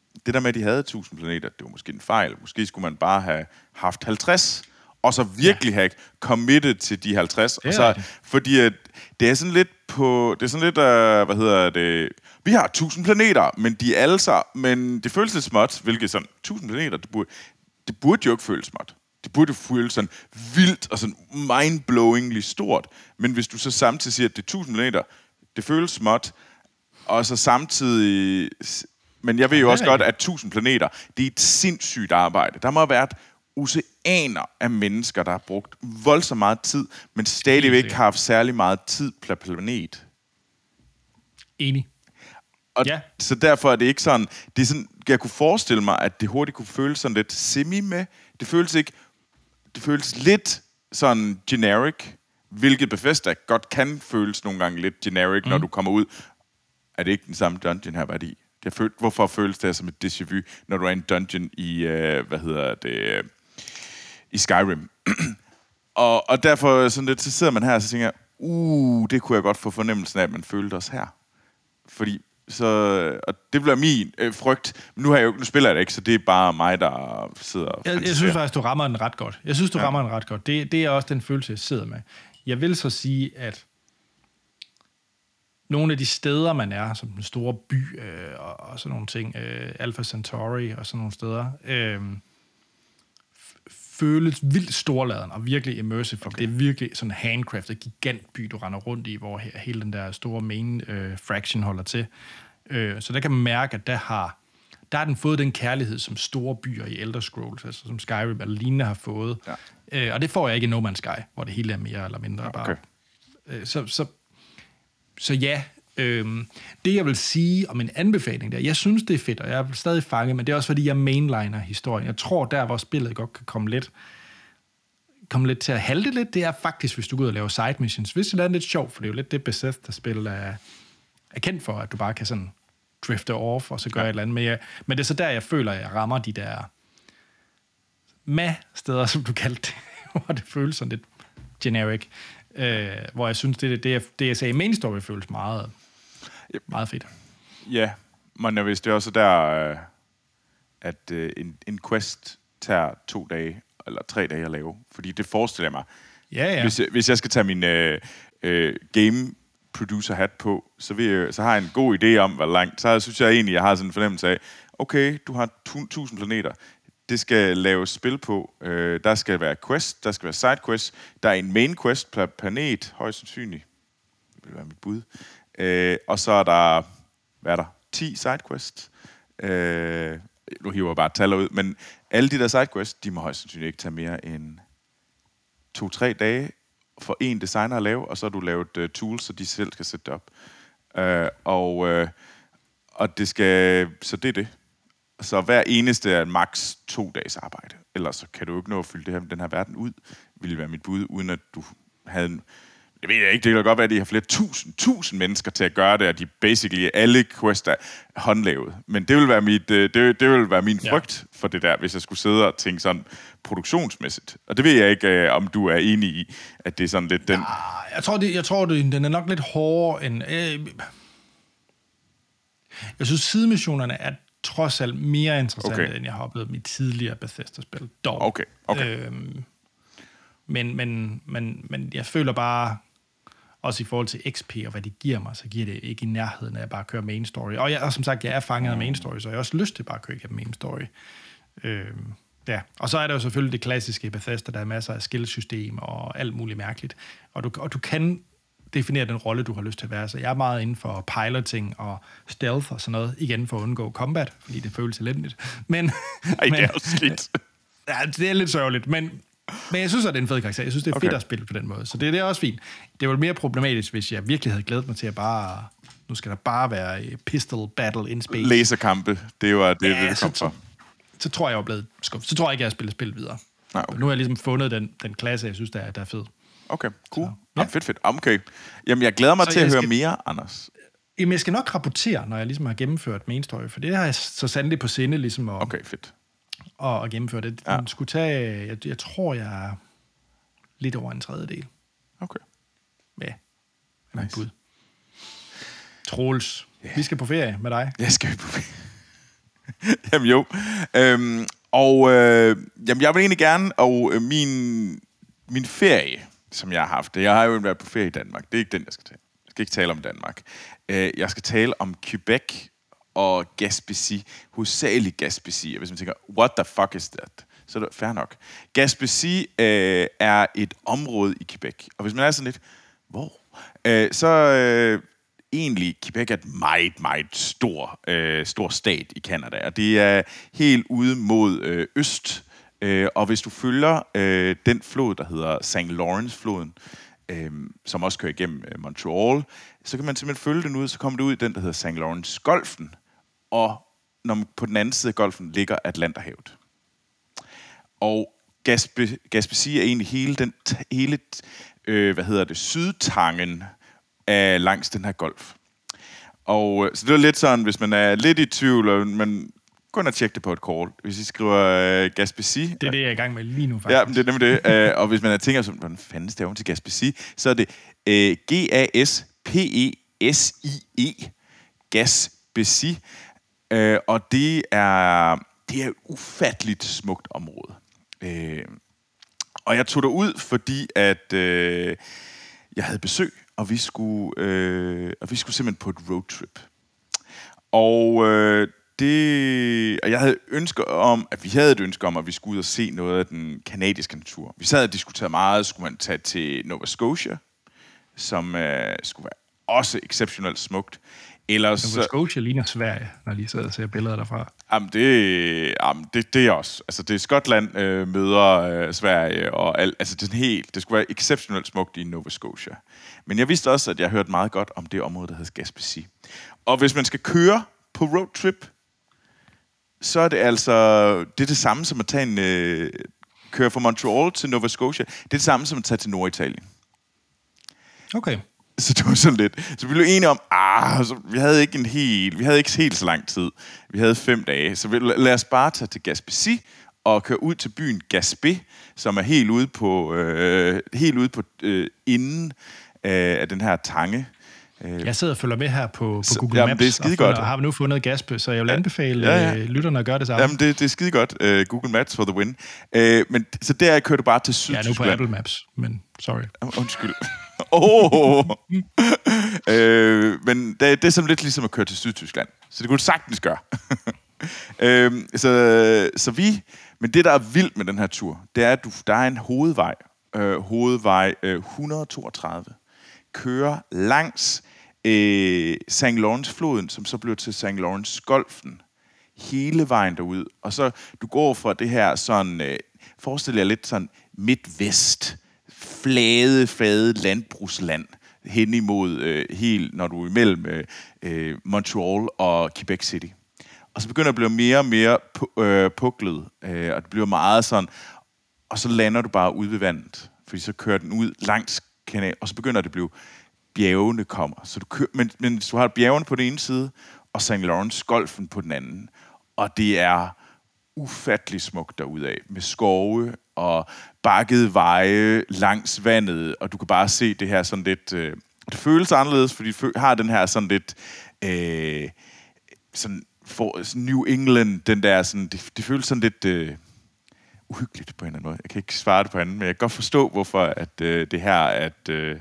det der med, at de havde tusind planeter, det var måske en fejl. Måske skulle man bare have haft halvtreds, og så virkelig ja. have committed til de halvtreds. Og så, fordi at det er sådan lidt på... Det er sådan lidt, uh, hvad hedder det... Vi har tusind planeter, men de er alle så... Men det føles lidt småt, hvilket sådan... tusind planeter, det burde, det burde jo ikke føles småt. Det burde jo føles sådan vildt og sådan mindblowingly stort. Men hvis du så samtidig siger, at det er tusind planeter, det føles småt, og så samtidig... Men jeg ved jo også godt, at tusind planeter, det er et sindssygt arbejde. Der må have været oceaner af mennesker, der har brugt voldsomt meget tid, men stadigvæk har haft særlig meget tid per planet.
Enig.
Og
ja.
Så derfor er det ikke sådan, det er sådan, jeg kunne forestille mig, at det hurtigt kunne føles sådan lidt semi med. Det føles ikke, det føles lidt sådan generic, hvilket Bethesda godt kan føles nogle gange lidt generic, mm. når du kommer ud. Er det ikke den samme dungeon her været i? Jeg følte, hvorfor føles det som et déjà vu, når du er i en dungeon i, øh, hvad hedder det, øh, i Skyrim. og, og derfor sådan lidt, så sidder man her og så tænker jeg, uh, det kunne jeg godt få fornemmelsen af, at man følte os her. Fordi, så, og det bliver min øh, frygt. Men nu, har jeg jo, nu spiller jeg det ikke, så det er bare mig, der sidder og
jeg, jeg synes faktisk, du rammer den ret godt. Jeg synes, du ja. rammer den ret godt. Det, det er også den følelse, jeg sidder med. Jeg vil så sige, at nogle af de steder, man er, som den store by øh, og, og sådan nogle ting, øh, Alpha Centauri og sådan nogle steder, øh, føles vildt storladen og virkelig immersive. Okay. Det er virkelig sådan en handcrafted gigantby, du render rundt i, hvor he- hele den der store main øh, fraction holder til. Øh, så der kan man mærke, at der har, der har den fået den kærlighed, som store byer i Elder Scrolls, altså som Skyrim eller lignende har fået. Ja. Øh, og det får jeg ikke i No Man's Sky, hvor det hele er mere eller mindre okay. bare. Øh, så, så Så ja, øhm, det jeg vil sige om en anbefaling der, jeg synes det er fedt, og jeg er stadig fanget, men det er også fordi, jeg mainliner historien. Jeg tror, der hvor spillet godt kan komme lidt, komme lidt til at halte lidt, det er faktisk, hvis du går ud og laver side missions. Hvis det er lidt sjovt, for det er jo lidt det Bethesda-spil er, er kendt for, at du bare kan sådan drifte off, og så gøre ja. et eller andet. Men, jeg, men det er så der, jeg føler, at jeg rammer de der ma-steder, som du kaldte det, hvor det føles sådan lidt generic. Øh, hvor jeg synes, det, det, det jeg sagde i main story føles meget, yep. meget fedt.
Ja, men hvis det er også der, at en, en quest tager to dage, eller tre dage at lave, fordi det forestiller jeg mig.
Ja, ja.
Hvis, hvis jeg skal tage min øh, øh, game producer hat på, så, vil jeg, så har jeg en god idé om, hvor langt. Så synes jeg egentlig, jeg har sådan en fornemmelse af, okay, du har tusind planeter. Det skal laves spil på. Øh, der skal være quest, der skal være side quest. Der er en main quest per planet, højst sandsynligt. Det vil være mit bud. Øh, og så er der, hvad er der? ti side quest. Øh, nu hiver jeg bare taler ud, men alle de der side quest, de må højst sandsynligt ikke tage mere end to-tre dage for en designer at lave, og så har du lavet uh, tools, så de selv skal sætte det op. Øh, og, uh, og det skal, så det er det. Så hver eneste er maks to dages arbejde. Ellers så kan du ikke nå at fylde det her, den her verden ud, ville være mit bud, uden at du havde en... Jeg ved ikke, det kan godt være, at de har flere tusind, tusind mennesker til at gøre det, og de basically alle quests er håndlavet. Men det vil være, mit, det, det vil være min frygt ja. for det der, hvis jeg skulle sidde og tænke sådan produktionsmæssigt. Og det ved jeg ikke, om du er enig i, at det er sådan lidt den...
Ja, jeg tror, det, jeg tror det, den er nok lidt hårdere end... Øh, jeg synes, sidemissionerne er trods alt mere interessante, okay. end jeg har oplevet mit tidligere Bethesda-spil. Dog.
Okay, okay.
Øhm, men, men, men, men jeg føler bare, også i forhold til X P og hvad det giver mig, så giver det ikke i nærheden af at bare køre main story. Og, jeg, og som sagt, jeg er fanget af main story, så jeg har også lyst til bare at køre igennem main story. Øhm, ja. Og så er der jo selvfølgelig det klassiske i Bethesda, der er masser af skillsystem og alt muligt mærkeligt. Og du, og du kan definere den rolle, du har lyst til at være. Så jeg er meget inden for piloting og stealth og sådan noget, igen for at undgå combat, fordi det føles elendigt. Men,
Ej, det er jo skidt.
Ja, det er lidt sørgeligt, men, men jeg synes, at det er en fed karakter. Jeg synes, det er okay. fedt at spille på den måde. Så det, det er også fint. Det var mere problematisk, hvis jeg virkelig havde glædet mig til at bare... Nu skal der bare være pistol battle in space.
Laserkampe, det var det,
ja,
det
så, så, så tror jeg, jeg er blevet skuffet. Så tror jeg ikke, jeg har spillet spil videre. Nej, okay. Nu har jeg ligesom fundet den, den klasse, jeg synes, der er, der er fed.
Okay, cool. Så, ja. Fedt, fedt. Okay. Jamen, jeg glæder mig så til at skal, høre mere, Anders.
Jamen, jeg skal nok rapportere, når jeg ligesom har gennemført main story, for det har jeg så sandelig på sinde, ligesom at,
okay, fedt.
at, at gennemføre det. Den ja. skulle tage, jeg, jeg tror, jeg er lidt over en tredjedel.
Okay.
Ja, med nice. Bud. Troels, yeah. Vi skal på ferie med dig.
Jeg skal på ferie. Jamen jo. Øhm, og øh, jamen, jeg vil egentlig gerne, og øh, min, min ferie, som jeg har haft, jeg har jo været på ferie i Danmark, det er ikke den, jeg skal tale. Jeg skal ikke tale om Danmark. Øh, jeg skal tale om Quebec og Gaspésie, hovedsageligt Gaspésie. Hvis man tænker, what the fuck is that? Så er det fair nok. Gaspésie øh, er et område i Quebec, og hvis man er sådan lidt, hvor? Øh, så øh, egentlig, Quebec er et meget, meget stor, øh, stor stat i Canada, og det er helt ude mod øh, øst. Øh, og hvis du følger øh, den flod, der hedder Saint Lawrence-floden, øh, som også kører igennem øh, Montreal, så kan man simpelthen følge den ud, så kommer det ud i den, der hedder Saint Lawrence-golfen, og når man på den anden side af golfen ligger Atlanterhavet. Og Gaspésie er egentlig hele den hele øh, hvad hedder det sydtangen af langs den her golf. Og øh, så det er lidt sådan, hvis man er lidt i tvivl, og man gå ind og tjekke det på et kort. Hvis I skriver øh, Gaspésie...
Det er det, jeg er i gang med lige nu, faktisk.
Ja, det er nemlig det. øh, og hvis man er tænker sådan, hvordan fanden staver til Gaspésie, så er det øh, G A S P E S I E. Gaspésie. Øh, og det er, det er et ufatteligt smukt område. Øh, og jeg tog derud, fordi at øh, jeg havde besøg, og vi skulle, øh, og vi skulle simpelthen på et roadtrip. Og... Øh, Det, og jeg havde ønsker om, at vi havde et ønske om, at vi skulle ud og se noget af den kanadiske natur. Vi sad og diskuterede meget, skulle man tage til Nova Scotia, som øh, skulle være også exceptionelt smukt. Ellers,
Nova Scotia ligner Sverige, når de sidder og ser billeder derfra.
Jamen, det, jamen, det, det er også. Altså, det er Skotland øh, møder øh, Sverige, og alt, altså, det er helt, det skulle være exceptionelt smukt i Nova Scotia. Men jeg vidste også, at jeg hørte meget godt om det område, der hedder Gaspésie. Og hvis man skal køre på roadtrip, så er det altså, det er det samme som at tage en, øh, køre fra Montreal til Nova Scotia. Det er det samme som at tage til Norditalien.
Okay.
Så det var sådan lidt. Så vi blev enige om, ah, så vi havde ikke en helt, vi havde ikke helt så lang tid. Vi havde fem dage. Så vi, lad os bare tage til Gaspésie og køre ud til byen Gaspé, som er helt ude på, øh, helt ude på øh, inden øh, af den her tange.
Jeg sidder og følger med her på, på
så,
Google
jamen,
Maps,
det er skide
og,
godt.
og har nu fundet Gaspé, så jeg vil anbefale
ja, ja.
lytterne at gøre det samme.
Jamen, det, det er skide godt. Uh, Google Maps for the win. Uh, men, så der kører du bare til Sydtyskland.
Ja, nu på Apple Maps, men sorry.
Uh, undskyld. oh. uh, men det, det er sådan lidt ligesom at køre til Sydtyskland. Så det kunne du sagtens gøre. uh, så, så vi... Men det, der er vildt med den her tur, det er, at du, der er en hovedvej. Uh, hovedvej uh, et hundrede og toogtredive. Kører langs øh, Saint Lawrence-floden, som så blev til Saint Lawrence-golfen. Hele vejen derud. Og så du går fra det her sådan, øh, forestil jer lidt sådan midtvest, flade, flade landbrugsland, hen imod øh, helt, når du er imellem øh, Montreal og Quebec City. Og så begynder det at blive mere og mere pu- øh, puklet, øh, og det bliver meget sådan, og så lander du bare ude ved vandet, fordi så kører den ud langs kanal, og så begynder det at blive, bjergene kommer. Så du kører, men, men du har bjergene på den ene side, og Saint Lawrence-golfen på den anden. Og det er ufattelig smukt derudad, med skove og bakkede veje langs vandet, og du kan bare se det her sådan lidt... Øh, det føles anderledes, fordi det har den her sådan lidt... Øh, sådan, for, sådan New England, den der sådan... Det, det føles sådan lidt... Øh, uhyggeligt på en eller anden måde. Jeg kan ikke svare det på anden, men jeg kan godt forstå, hvorfor at, øh, det her, at øh,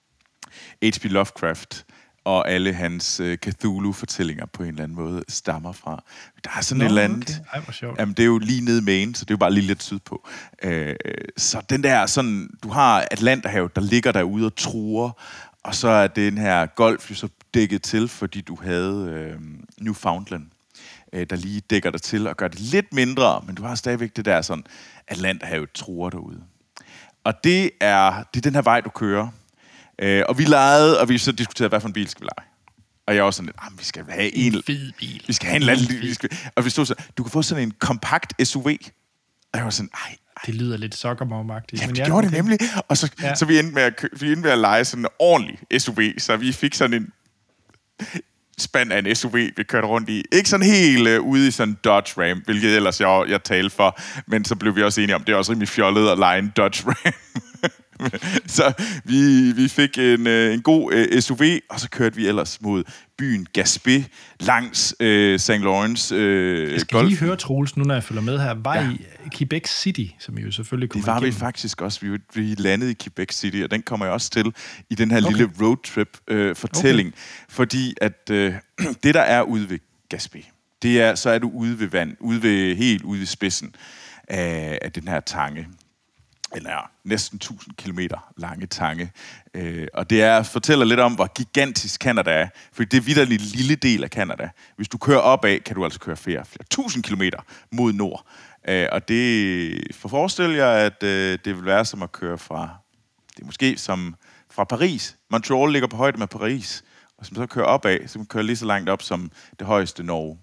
H P Lovecraft og alle hans øh, Cthulhu-fortællinger på en eller anden måde stammer fra. Der er sådan
Nå,
et eller andet...
Okay. Ej, hvor sjovt.
Jamen, det er jo lige nede i Maine, så det er jo bare lige lidt sydpå. Øh, så den der sådan... Du har Atlanterhavet, der ligger derude og truer, og så er den her golf jo så dækket til, fordi du havde øh, Newfoundland, der lige dækker dig til og gør det lidt mindre, men du har stadigvæk det der sådan, Atlanterhavet truer derude. Og det er, det er den her vej, du kører. Øh, og vi legede, og vi så diskuterede, hvad for en bil skal vi lege. Og jeg var sådan lidt, ah, vi skal have en...
En fed bil.
Vi skal have en eller anden... Vi skal, og vi stod så, du kan få sådan en kompakt S U V. Og jeg var sådan, ej...
Det lyder lidt sokkermov-agtigt.
Ja,
men
det
ja,
gjorde
okay.
det nemlig. Og så, ja. så vi endte med at, kø- vi endte med at lege sådan en ordentlig S U V, så vi fik sådan en spand af en S U V, vi kørte rundt i. Ikke sådan helt øh, ude i sådan en Dodge Ram, hvilket ellers jeg, jeg talte for, men så blev vi også enige om, det er også rimelig fjollet at lege en Dodge Ram Så vi, vi fik en, en god uh, S U V, og så kørte vi ellers mod byen Gaspé, langs uh, Saint Lawrence uh,
Jeg skal
Golf.
lige høre, Troels, nu når jeg følger med her. Var ja. i Quebec City, som I jo selvfølgelig kommer
Det var
igennem.
vi faktisk også. Vi, vi landede i Quebec City, og den kommer jeg også til i den her
okay.
lille roadtrip-fortælling. Uh, okay. Fordi at uh, det, der er ude ved Gaspé, det er, så er du ude ved vand, ude ved, helt ude ved spidsen af, af den her tange. Eller næsten tusind kilometer lange tange. Øh, og det er, fortæller lidt om, hvor gigantisk Canada er. For det er vitterlig en lille del af Canada. Hvis du kører opad, kan du altså køre flere, flere tusind kilometer mod nord. Øh, og det for forestil jer, at øh, det vil være som at køre fra, det er måske som fra Paris. Montreal ligger på højde med Paris. Og som så kører opad, så kan man køre lige så langt op som det højeste Norge.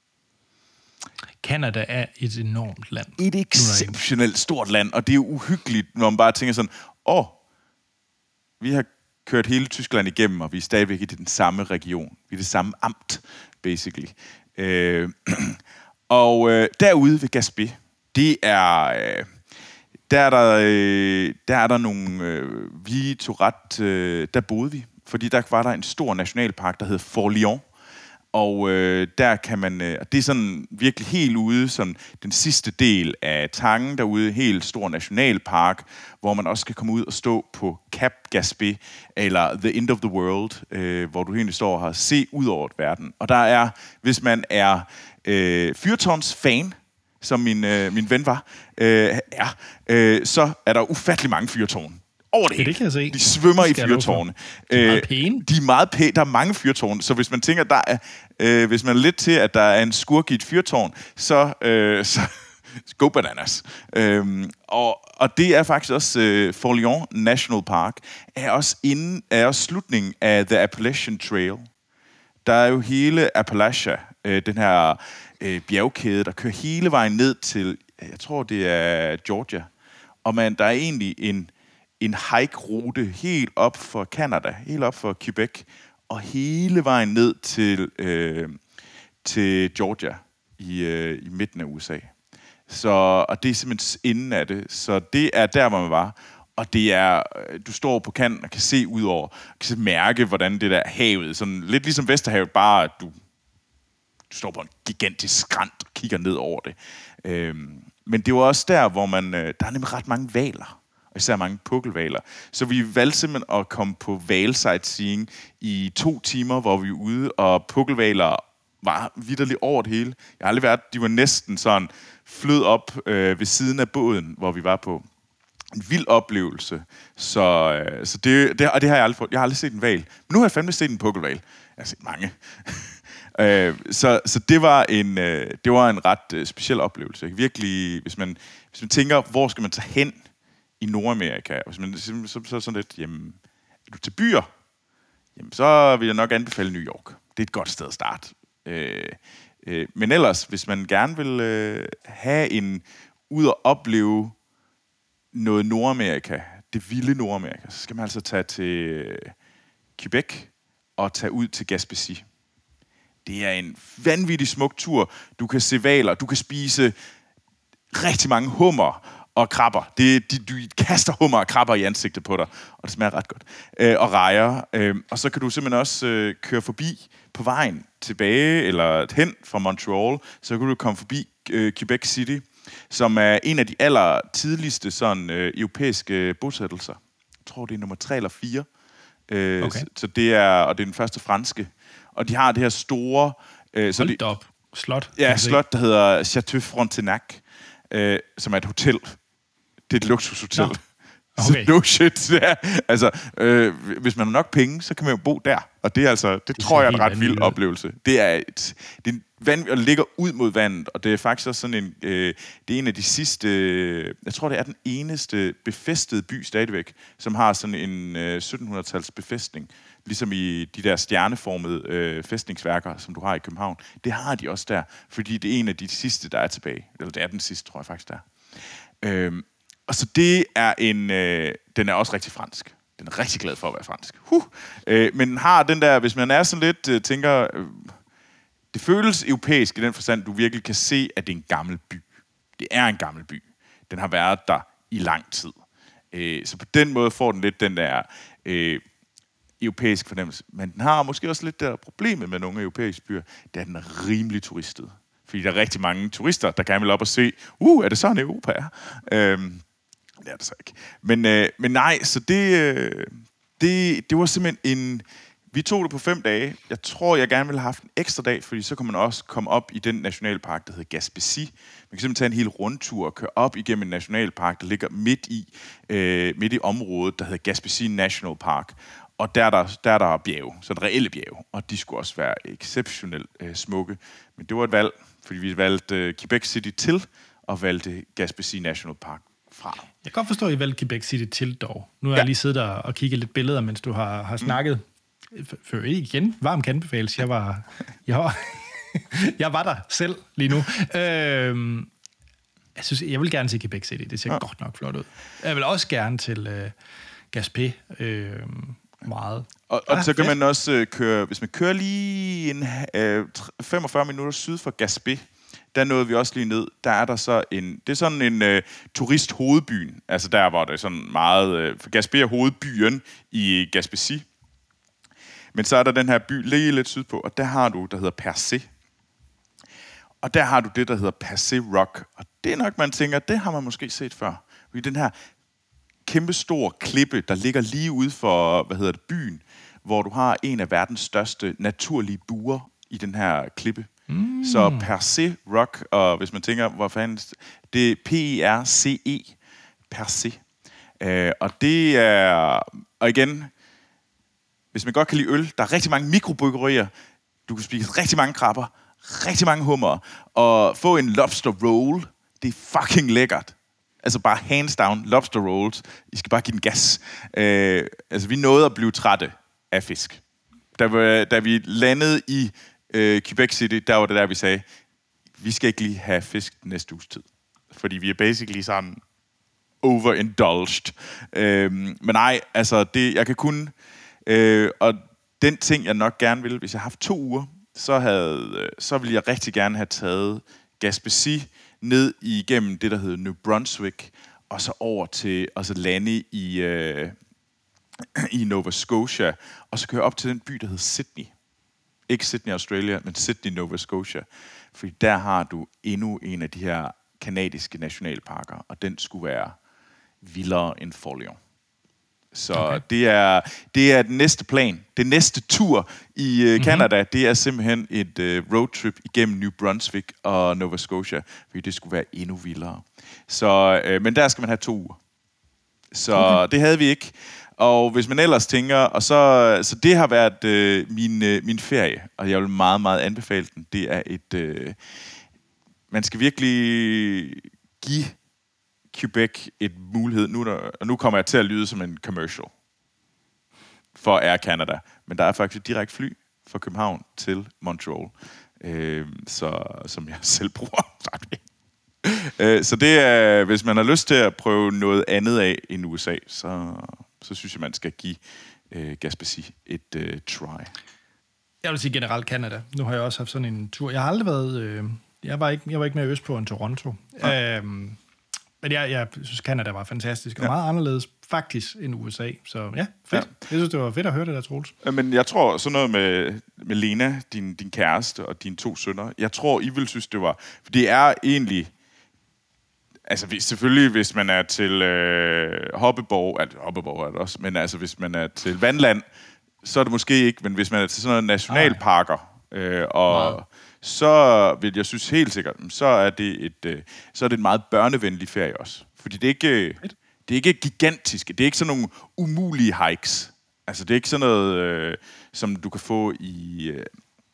Canada er et enormt land.
Et exceptionelt stort land, og det er jo uhyggeligt, når man bare tænker sådan, åh, vi har kørt hele Tyskland igennem, og vi er stadigvæk i den samme region. Vi er det samme amt, basically. Øh, og øh, derude ved Gaspé, det er, øh, der er der, øh, der er der nogle, øh, vi tog ret, øh, der boede vi, fordi der var der en stor nationalpark, der hed Fort Lion. Og øh, der kan man, øh, det er sådan virkelig helt ude, sådan den sidste del af tangen derude, helt stor nationalpark, hvor man også kan komme ud og stå på Cap Gaspé, eller The End of the World, øh, hvor du egentlig står og har se ud over verden. Og der er, hvis man er øh, fyrtårns-fan, som min, øh, min ven var, øh, er, øh, så er der ufattelig mange fyrtårn. Over det,
ja, det kan jeg se.
De svømmer i fyrtårne.
De er meget pæne.
De er meget pæne. Der er mange fyrtårne, så hvis man tænker, der er, øh, hvis man er lidt til, at der er en skurk i et fyrtårn, så, øh, så go bananas. Øhm, og, og det er faktisk også øh, Fort Lion National Park, er også, inden, er også slutningen af The Appalachian Trail. Der er jo hele Appalachia, øh, den her øh, bjergkæde, der kører hele vejen ned til, jeg tror det er Georgia. Og man, der er egentlig en en hike-rute helt op for Canada, helt op for Quebec, og hele vejen ned til, øh, til Georgia i, øh, i midten af U S A. Så, og det er simpelthen inden af det. Så det er der, hvor man var. Og det er, du står på kanten og kan se ud over, kan mærke, hvordan det der havet, sådan lidt ligesom Vesterhavet, bare at du, du står på en gigantisk skrant og kigger ned over det. Øhm, men det var også der, hvor man, der er nemlig ret mange hvaler. Og især mange pukkelhvaler. Så vi valgte simpelthen at komme på hvalsightseeing i to timer, hvor vi var ude, og pukkelhvaler var vitterligt over det hele. Jeg har aldrig været, de var næsten sådan flød op øh, ved siden af båden, hvor vi var på. En vild oplevelse. Så, øh, så det, det, og det har jeg aldrig fået. Jeg har aldrig set en hval. Men nu har jeg fandme set en pukkelhval. Jeg har set mange. øh, så, så det var en, øh, det var en ret øh, speciel oplevelse. Virkelig, hvis man, hvis man tænker, hvor skal man tage hen i Nordamerika, hvis man så, så sådan lidt, jamen, er du til byer? Jamen, så vil jeg nok anbefale New York. Det er et godt sted at starte. Øh, øh, men ellers, hvis man gerne vil øh, have en ud og opleve noget Nordamerika, det vilde Nordamerika, så skal man altså tage til øh, Quebec og tage ud til Gaspésie. Det er en vanvittig smuk tur. Du kan se hvaler, du kan spise rigtig mange hummer og krabber. Det, de, du kaster hummer og krabber i ansigtet på dig, og det smager ret godt. Øh, og rejer. Øh, og så kan du simpelthen også øh, køre forbi på vejen tilbage, eller hen fra Montreal, så kan du komme forbi øh, Quebec City, som er en af de aller tidligste sådan, øh, europæiske bosættelser. Jeg tror, det er nummer tre eller fire. Øh, okay. så, så det er, og det er den første franske. Og de har det her store... Øh, så
Hold
de,
op. Slot.
Ja, slot, der hedder Chateau Frontenac, øh, som er et hotel. Det er et luksushotel. No. Okay. No shit. Ja. Altså, øh, hvis man har nok penge, så kan man jo bo der. Og det er altså, det, det tror jeg er en ret vild oplevelse. Det er et, det er en vand, og ligger ud mod vandet, og det er faktisk også sådan en, øh, det er en af de sidste, øh, jeg tror det er den eneste befæstede by stadigvæk, som har sådan en øh, syttenhundrede-tals befæstning, ligesom i de der stjerneformede øh, fæstningsværker, som du har i København. Det har de også der, fordi det er en af de sidste, der er tilbage. Eller det er den sidste, tror jeg faktisk, der. Øhm, Og så det er en... Øh, den er også rigtig fransk. Den er rigtig glad for at være fransk. Huh. Øh, men den har den der... Hvis man er sådan lidt... Øh, tænker... Øh, det føles europæisk i den forstand, du virkelig kan se, at det er en gammel by. Det er en gammel by. Den har været der i lang tid. Øh, så på den måde får den lidt den der øh, europæiske fornemmelse. Men den har måske også lidt der problemet med nogle europæiske byer, det er, den er rimelig turistet. Fordi der er rigtig mange turister, der gerne vil op og se, uh, er det sådan Europa er? Øhm, det er det så ikke. Men, øh, men nej, så det, øh, det, det var simpelthen en... Vi tog det på fem dage. Jeg tror, jeg gerne ville have haft en ekstra dag, fordi så kan man også komme op i den nationalpark, der hedder Gaspésie. Man kan simpelthen tage en hel rundtur og køre op igennem en nationalpark, der ligger midt i, øh, midt i området, der hedder Gaspésie National Park. Og der er der, der, er der bjerge, så der er reelle bjerge, og de skulle også være exceptionelt øh, smukke. Men det var et valg, fordi vi valgte øh, Quebec City til, og valgte Gaspésie National Park fra.
Jeg kan godt forstå, at I valgte Quebec City til dog. Nu har ja. jeg lige siddet der og kigget lidt billeder, mens du har, har snakket. Mm. Før igen, varm kan anbefales. Jeg var, jeg var, jeg var der selv lige nu. Øhm, jeg, synes, jeg vil gerne til Quebec City. Det ser ja. godt nok flot ud. Jeg vil også gerne til øh, Gaspé. Øh, meget.
Og, og ah, så kan fedt. Man også øh, køre, hvis man kører lige en, øh, femogfyrre minutter syd for Gaspé, der nåede vi også lige ned. Der er der så en, det er sådan en øh, turisthovedbyen. Altså der, hvor det er sådan meget, øh, for Gaspé er hovedbyen i Gaspésie. Men så er der den her by lige lidt sydpå, og der har du, der hedder Percé. Og der har du det, der hedder Percé Rock. Og det er nok, man tænker, det har man måske set før. Fordi den her kæmpe stor klippe, der ligger lige ude for, hvad hedder det, byen, hvor du har en af verdens største naturlige buer i den her klippe. Mm. Så Percé Rock, og hvis man tænker, hvor fanden, det er P E R C E, Percé. Øh, og det er, og igen, hvis man godt kan lide øl, der er rigtig mange mikrobryggerier, du kan spise rigtig mange krabber, rigtig mange hummer, og få en lobster roll, det er fucking lækkert. Altså bare hands down, lobster rolls. I skal bare give den gas. Øh, altså, vi nåede at blive trætte af fisk. Da vi, da vi landede i øh, Quebec City, der var det der, vi sagde, vi skal ikke lige have fisk næste uges tid. Fordi vi er basically sådan overindulged. Øh, men nej, altså, det, jeg kan kun... Øh, og den ting, jeg nok gerne ville, hvis jeg havde haft to uger, så, havde, så ville jeg rigtig gerne have taget Gaspésie ned igennem det, der hedder New Brunswick, og så over til, og så lande i, øh, i Nova Scotia, og så køre op til den by, der hedder Sydney. Ikke Sydney, Australia, men Sydney, Nova Scotia. Fordi der har du endnu en af de her kanadiske nationalparker, og den skulle være vildere end Follion. Så okay. det, er, det er den næste plan. Den næste tur i øh, Canada, mm-hmm. det er simpelthen et øh, roadtrip igennem New Brunswick og Nova Scotia, fordi det skulle være endnu vildere. Så, øh, men der skal man have to uger. Så okay. det havde vi ikke. Og hvis man ellers tænker, og så, så det har været øh, min, øh, min ferie, og jeg vil meget, meget anbefale den. Det er et... Øh, man skal virkelig give Quebec et mulighed. Nu, der, og nu kommer jeg til at lyde som en commercial for Air Canada. Men der er faktisk et direkte fly fra København til Montreal, øh, så, som jeg selv bruger. øh, så det er, hvis man har lyst til at prøve noget andet af end U S A, så, så synes jeg, man skal give øh, Gaspésie et øh, try.
Jeg vil sige generelt Canada. Nu har jeg også haft sådan en tur. Jeg har aldrig været... Øh, jeg, var ikke, jeg var ikke mere øst på end Toronto. Ja. Øhm, Men jeg, jeg synes, Canada var fantastisk, og ja. meget anderledes faktisk end U S A. Så ja, fedt. Ja. Jeg synes, det var fedt at høre det der, Troels.
Men jeg tror, sådan noget med, med Lena, din, din kæreste og dine to sønner, jeg tror, I vil synes, det var... For det er egentlig... Altså selvfølgelig, hvis man er til øh, Hoppeborg... Altså, Hoppeborg er det også, men altså, hvis man er til Vandland, så er det måske ikke, men hvis man er til sådan noget nationalparker, øh, og... Wow. så vil jeg synes helt sikkert, så er det et, øh, så er det en meget børnevenlig ferie også. Fordi det er ikke, det er ikke gigantiske, det er ikke sådan nogle umulige hikes. Altså det er ikke sådan noget, øh, som du kan få i øh,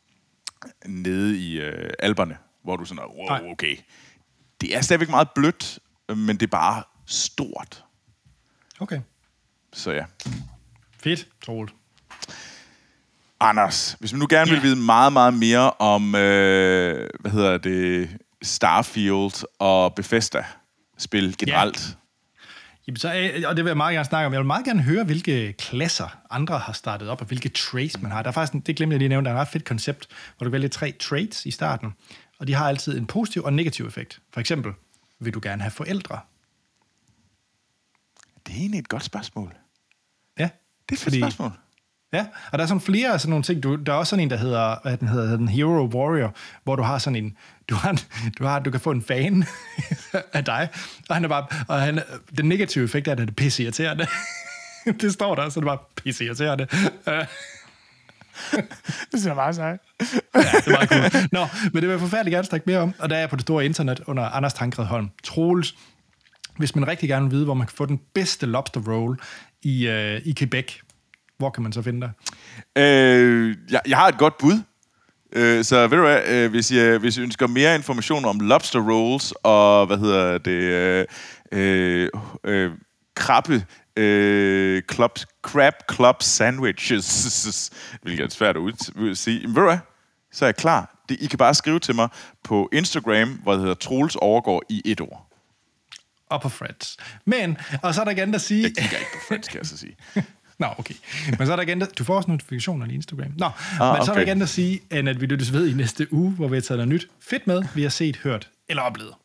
nede i øh, Alperne, hvor du sådan, wow, okay. Det er stadigvæk meget blødt, men det er bare stort.
Okay.
Så ja.
Fedt, Troels.
Anders, hvis man nu gerne vil yeah. vide meget, meget mere om, øh, hvad hedder det, Starfield og Bethesda-spil generelt. Yeah.
Jamen så, og det vil jeg meget gerne snakke om. Jeg vil meget gerne høre, hvilke klasser andre har startet op, og hvilke traits man har. Der er faktisk, en, det glemte jeg lige at nævne, der er et ret fedt koncept, hvor du vælger tre traits i starten, og de har altid en positiv og en negativ effekt. For eksempel, vil du gerne have forældre?
det er egentlig et godt spørgsmål.
Ja.
Det er et fedt spørgsmål.
Ja, og der er sådan flere af sådan nogle ting. Du, der er også sådan en, der hedder, hvad den hedder, den Hero Warrior, hvor du har sådan en, du har, du har, du kan få en fan af dig, og han er bare, og han, den negative effekt er, at det er pisseirriterende. Det står der, så det er bare pisseirriterende.
Det ser meget sejt.
Ja, det er meget cool. Nå, men det vil jeg forfærdeligt gerne snakke mere om, og der er jeg på det store internet under Anders Tankred Holm. Troels, hvis man rigtig gerne vil vide, hvor man kan få den bedste lobster roll i, øh, i Quebec, hvor kan man så finde dig?
Øh, jeg, jeg har et godt bud. Øh, så ved du hvad, øh, hvis, I, hvis I ønsker mere information om lobster rolls og, hvad hedder det, øh, øh, øh, krabbe, øh, club, crab club sandwiches, hvilket er svært at ud, sige. Men ved du hvad, så er jeg klar. Det, I kan bare skrive til mig på Instagram, hvor det hedder Troels Overgaard i et ord.
Og på Friends. Men, og så er der igen, der siger...
Jeg kigger ikke på Friends, kan jeg så sige.
Nå, okay. Men så er der igen, der... Du får også notifikationer i Instagram. Nå,
ah,
men
okay.
så er der igen, der sige, at vi lyttes ved i næste uge, hvor vi har taget noget nyt fedt med, vi har set, hørt eller oplevet.